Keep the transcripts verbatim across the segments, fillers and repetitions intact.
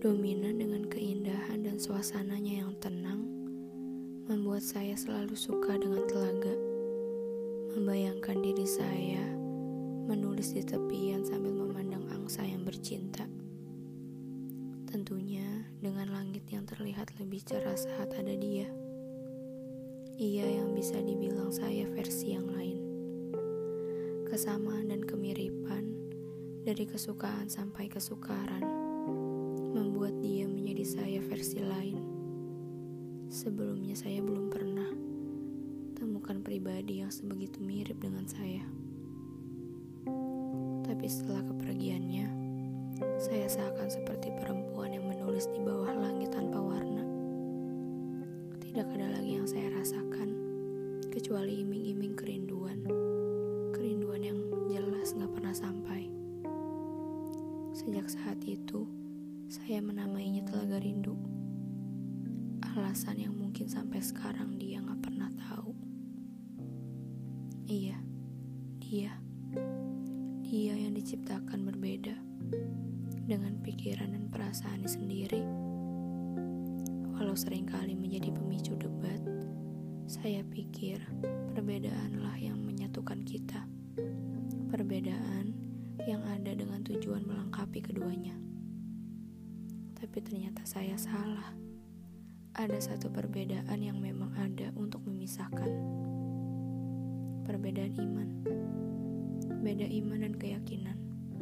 Dominan dengan keindahan dan suasananya yang tenang, membuat saya selalu suka dengan telaga. Membayangkan diri saya menulis di tepian sambil memandang angsa yang bercinta. Tentunya dengan langit yang terlihat lebih cerah saat ada dia. Ia yang bisa dibilang saya versi yang lain. Kesamaan dan kemiripan, dari kesukaan sampai kesukaran, membuat dia menjadi saya versi lain. Sebelumnya saya belum pernah temukan pribadi yang sebegitu mirip dengan saya. Tapi setelah kepergiannya, saya seakan seperti perempuan yang menulis di bawah langit tanpa warna. Tidak ada lagi yang saya rasakan, kecuali iming-iming kerinduan. Kerinduan yang jelas gak pernah sampai. Sejak saat itu, saya menamainya Telaga Rindu. Alasan yang mungkin sampai sekarang dia gak pernah tahu. Iya, dia. Dia yang diciptakan berbeda, dengan pikiran dan perasaannya sendiri. Walau seringkali menjadi pemicu debat, saya pikir perbedaanlah yang menyatukan kita. Perbedaan yang ada dengan tujuan melengkapi keduanya. Tapi ternyata saya salah. Ada satu perbedaan yang memang ada untuk memisahkan. Perbedaan iman. Beda iman dan keyakinan.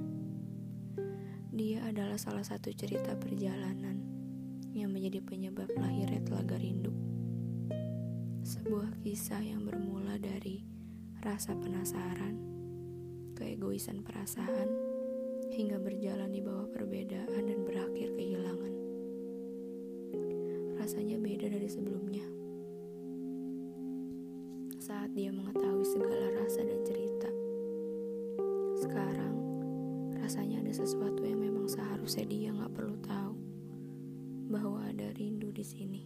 Dia adalah salah satu cerita perjalanan yang menjadi penyebab lahirnya Telaga Rindu. Sebuah kisah yang bermula dari rasa penasaran, keegoisan perasaan, hingga berjalan di bawah perbedaan dan berakhir kehilangan. Rasanya beda dari sebelumnya. Saat dia mengetahui segala rasa dan cerita. Sekarang, rasanya ada sesuatu yang memang seharusnya dia gak perlu tahu, bahwa ada rindu di sini.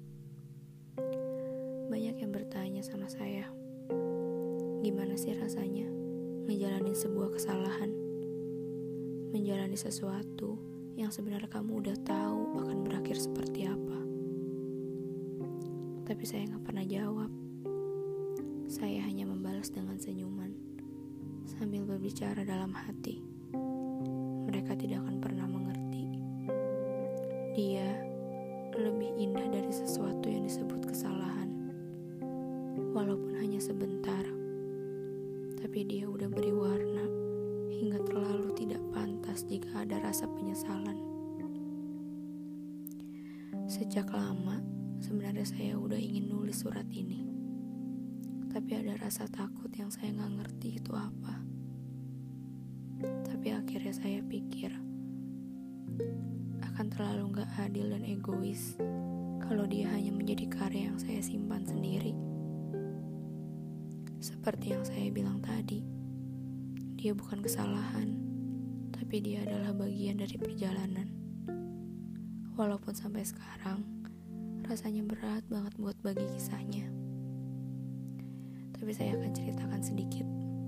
Banyak yang bertanya sama saya, gimana sih rasanya menjalani sebuah kesalahan, menjalani sesuatu yang sebenarnya kamu udah tahu akan berakhir seperti apa. Tapi saya gak pernah jawab. Saya hanya membalas dengan senyuman, sambil berbicara dalam hati. Mereka tidak akan pernah mengerti. Dia lebih indah dari sesuatu yang disebut kesalahan. Walaupun hanya sebentar, tapi dia udah beri warna hingga terlalu tidak pantas jika ada rasa penyesalan. Sejak lama, sebenarnya saya udah ingin nulis surat ini. Tapi ada rasa takut yang saya gak ngerti itu apa. Tapi akhirnya saya pikir, akan terlalu gak adil dan egois kalau dia hanya menjadi karya yang saya simpan sendiri. Seperti yang saya bilang tadi, dia bukan kesalahan, tapi dia adalah bagian dari perjalanan. Walaupun sampai sekarang, rasanya berat banget buat bagi kisahnya. Tapi saya akan ceritakan sedikit.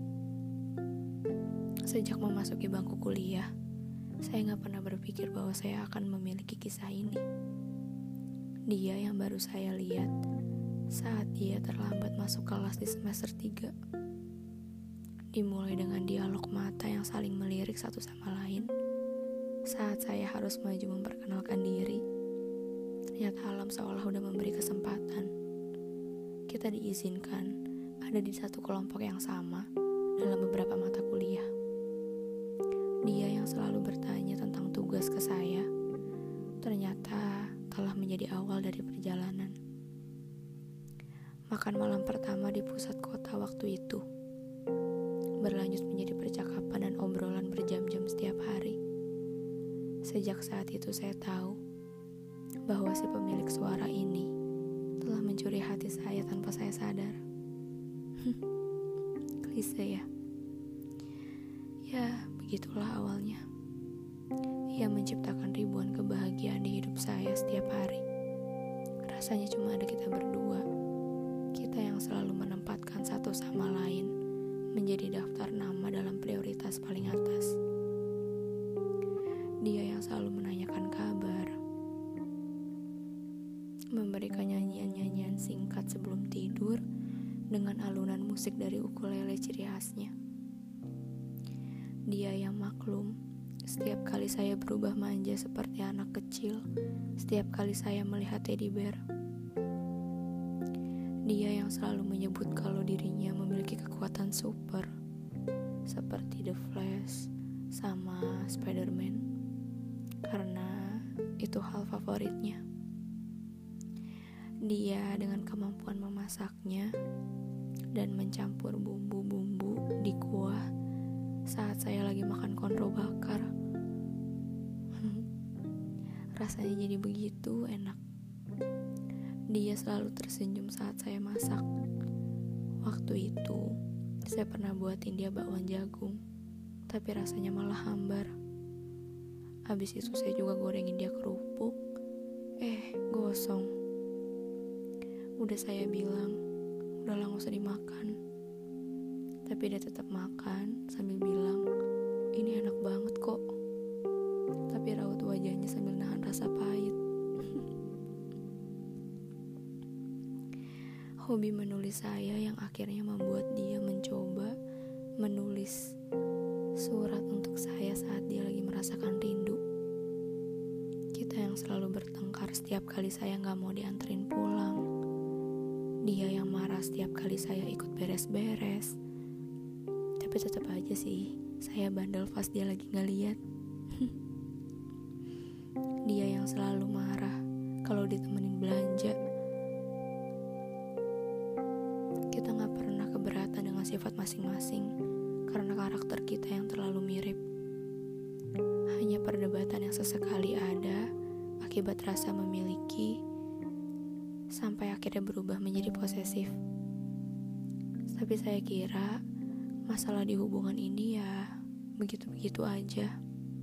Sejak memasuki bangku kuliah, saya gak pernah berpikir bahwa saya akan memiliki kisah ini. Dia yang baru saya lihat saat dia terlambat masuk kelas di semester tiga. Dimulai dengan dialog mata yang saling melirik satu sama lain. Saat saya harus maju memperkenalkan diri, ternyata alam seolah udah memberi kesempatan. Kita diizinkan ada di satu kelompok yang sama dalam beberapa mata kuliah. Dia yang selalu bertanya tentang tugas ke saya, ternyata telah menjadi awal dari perjalanan. Makan malam pertama di pusat kota waktu itu berlanjut menjadi percakapan dan obrolan berjam-jam setiap hari. Sejak saat itu saya tahu bahwa si pemilik suara ini telah mencuri hati saya tanpa saya sadar. Klise ya. Ya, begitulah awalnya. Ia menciptakan ribuan kebahagiaan di hidup saya setiap hari. Rasanya cuma ada kita berdua. Kita yang selalu menempatkan satu sama lain menjadi daftar nama dalam prioritas paling atas. Dia yang selalu menanyakan kabar, memberikan nyanyian-nyanyian singkat sebelum tidur dengan alunan musik dari ukulele ciri khasnya. Dia yang maklum, setiap kali saya berubah manja seperti anak kecil, setiap kali saya melihat teddy bear. Dia yang selalu menyebut kalau dirinya memiliki kekuatan super, seperti The Flash sama Spider-Man, karena itu hal favoritnya. Dia dengan kemampuan memasaknya dan mencampur bumbu-bumbu di kuah saat saya lagi makan konro bakar. Rasanya jadi begitu enak. Dia selalu tersenyum saat saya masak. Waktu itu, saya pernah buatin dia bakwan jagung, tapi rasanya malah hambar. Habis itu saya juga gorengin dia kerupuk. Eh, gosong. Udah saya bilang, udah lah gak usah dimakan. Tapi dia tetap makan sambil bilang, ini enak banget kok. Tapi raut wajahnya sambil nahan rasa pahit. Hobi menulis saya yang akhirnya membuat dia mencoba menulis surat untuk saya saat dia lagi merasakan rindu. Kita yang selalu bertengkar setiap kali saya gak mau dianterin pulang. Dia yang marah setiap kali saya ikut beres-beres. Tapi tetap aja sih, saya bandel pas dia lagi gak lihat. Dia yang selalu marah kalau ditemenin belanja. Kita gak pernah keberatan dengan sifat masing-masing karena karakter kita yang terlalu mirip. Hanya perdebatan yang sesekali ada akibat rasa memiliki, sampai akhirnya berubah menjadi posesif. Tapi saya kira masalah di hubungan ini ya begitu-begitu aja.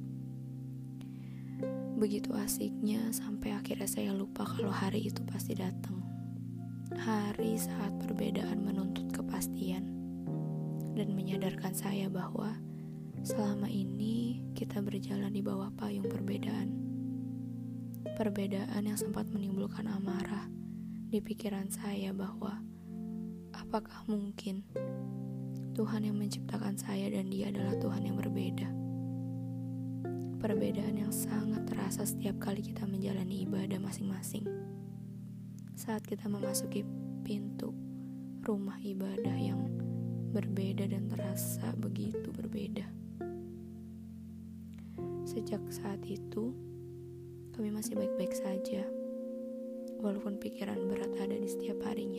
Begitu asiknya sampai akhirnya saya lupa kalau hari itu pasti datang. Hari saat perbedaan menuntut kepastian dan menyadarkan saya bahwa selama ini kita berjalan di bawah payung perbedaan. Perbedaan yang sempat menimbulkan amarah di pikiran saya bahwa apakah mungkin Tuhan yang menciptakan saya dan dia adalah Tuhan yang berbeda. Perbedaan yang sangat terasa setiap kali kita menjalani ibadah masing-masing. Saat kita memasuki pintu rumah ibadah yang berbeda dan terasa begitu berbeda. Sejak saat itu, kami masih baik-baik saja, walaupun pikiran berat ada di setiap harinya.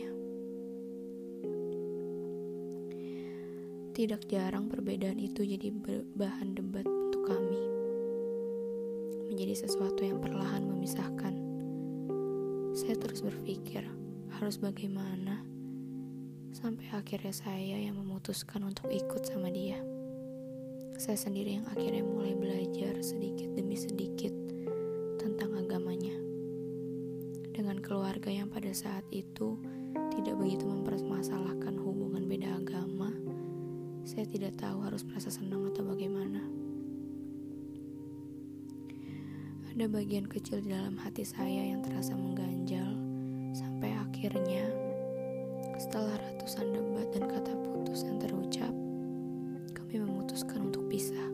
Tidak jarang perbedaan itu jadi bahan debat untuk kami, menjadi sesuatu yang perlahan memisahkan. Saya terus berpikir harus bagaimana, sampai akhirnya saya yang memutuskan untuk ikut sama dia. Saya sendiri yang akhirnya mulai belajar sedikit demi sedikit tentang agamanya. Dengan keluarga yang pada saat itu tidak begitu mempermasalahkan hubungan beda agama, saya tidak tahu harus merasa senang atau bagaimana. Ada bagian kecil di dalam hati saya yang terasa mengganjal, sampai akhirnya setelah ratusan debat dan kata putus yang terucap, kami memutuskan untuk pisah.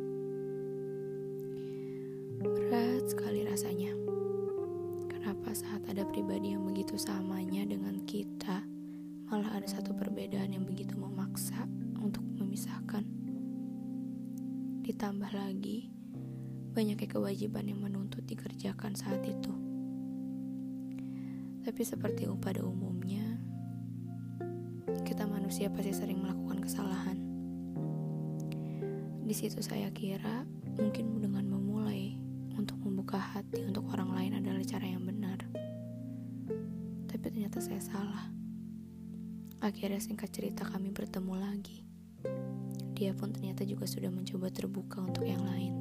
Berat sekali rasanya. Kenapa saat ada pribadi yang begitu samanya dengan kita, malah ada satu perbedaan yang begitu memaksa untuk memisahkan. Ditambah lagi banyaknya kewajiban yang menuntut dikerjakan saat itu. Tapi seperti pada umumnya, kita manusia pasti sering melakukan kesalahan. Di situ saya kira mungkin dengan memulai untuk membuka hati untuk orang lain adalah cara yang benar. Tapi ternyata saya salah. Akhirnya singkat cerita kami bertemu lagi. Dia pun ternyata juga sudah mencoba terbuka untuk yang lain.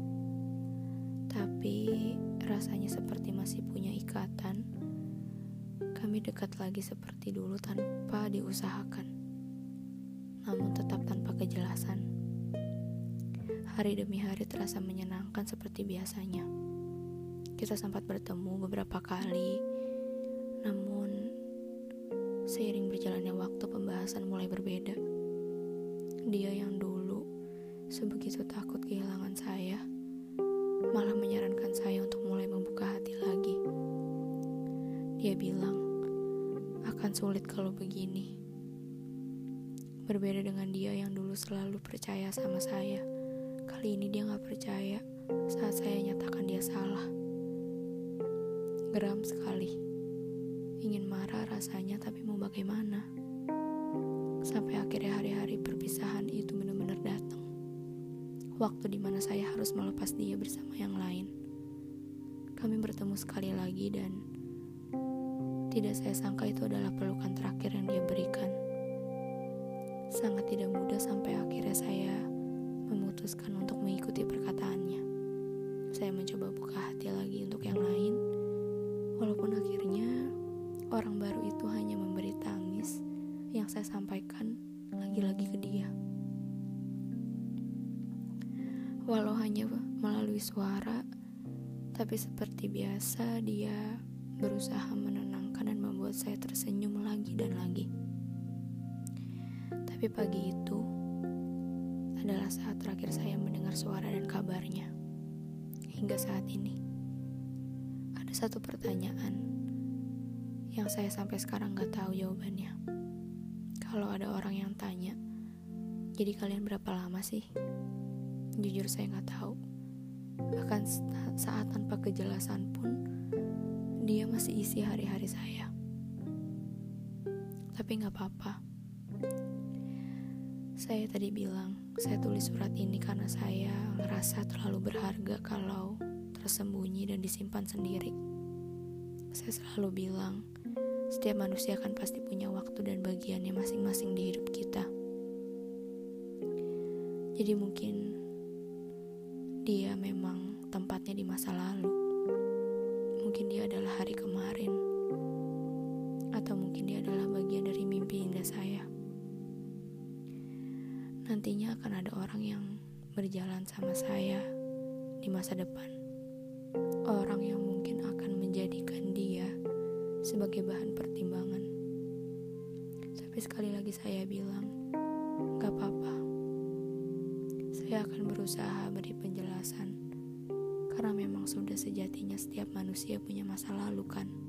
Tapi rasanya seperti masih punya ikatan. Kami dekat lagi seperti dulu tanpa diusahakan, namun tetap tanpa kejelasan. Hari demi hari terasa menyenangkan seperti biasanya. Kita sempat bertemu beberapa kali, Namun, seiring berjalannya waktu, pembahasan mulai berbeda. Dia yang dulu sebegitu takut kehilangan saya, malah menyarankan saya untuk mulai membuka hati lagi. Dia bilang, akan sulit kalau begini. Berbeda dengan dia yang dulu selalu percaya sama saya. Kali ini dia gak percaya saat saya nyatakan dia salah. Geram sekali. Ingin marah rasanya, tapi mau bagaimana? Sampai akhirnya hari-hari perpisahan itu benar-benar datang. Waktu dimana saya harus melepas dia bersama yang lain. Kami bertemu sekali lagi dan tidak saya sangka itu adalah pelukan terakhir yang dia berikan. Sangat tidak mudah sampai akhirnya saya memutuskan untuk mengikuti perkataannya. Saya mencoba buka hati lagi untuk yang lain, walaupun akhirnya orang baru itu hanya memberi tangis yang saya sampaikan lagi-lagi ke dia. Walau hanya melalui suara, tapi seperti biasa dia berusaha menenangkan dan membuat saya tersenyum lagi dan lagi. Tapi pagi itu adalah saat terakhir saya mendengar suara dan kabarnya. Hingga saat ini, ada satu pertanyaan yang saya sampai sekarang gak tahu jawabannya. Kalau ada orang yang tanya, jadi kalian berapa lama sih? Jujur saya gak tahu. Bahkan saat tanpa kejelasan pun, dia masih isi hari-hari saya. Tapi gak apa-apa. Saya tadi bilang, saya tulis surat ini karena saya ngerasa terlalu berharga kalau tersembunyi dan disimpan sendiri. Saya selalu bilang, setiap manusia kan pasti punya waktu dan bagiannya masing-masing di hidup kita. Jadi mungkin dia memang tempatnya di masa lalu. Mungkin dia adalah hari kemarin. Atau mungkin dia adalah bagian dari mimpi indah saya. Nantinya akan ada orang yang berjalan sama saya di masa depan. Orang yang mungkin akan menjadikan dia sebagai bahan pertimbangan. Tapi sekali lagi saya bilang, gak apa-apa. Saya akan berusaha beri penjelasan. Karena memang sudah sejatinya setiap manusia punya masa lalu kan.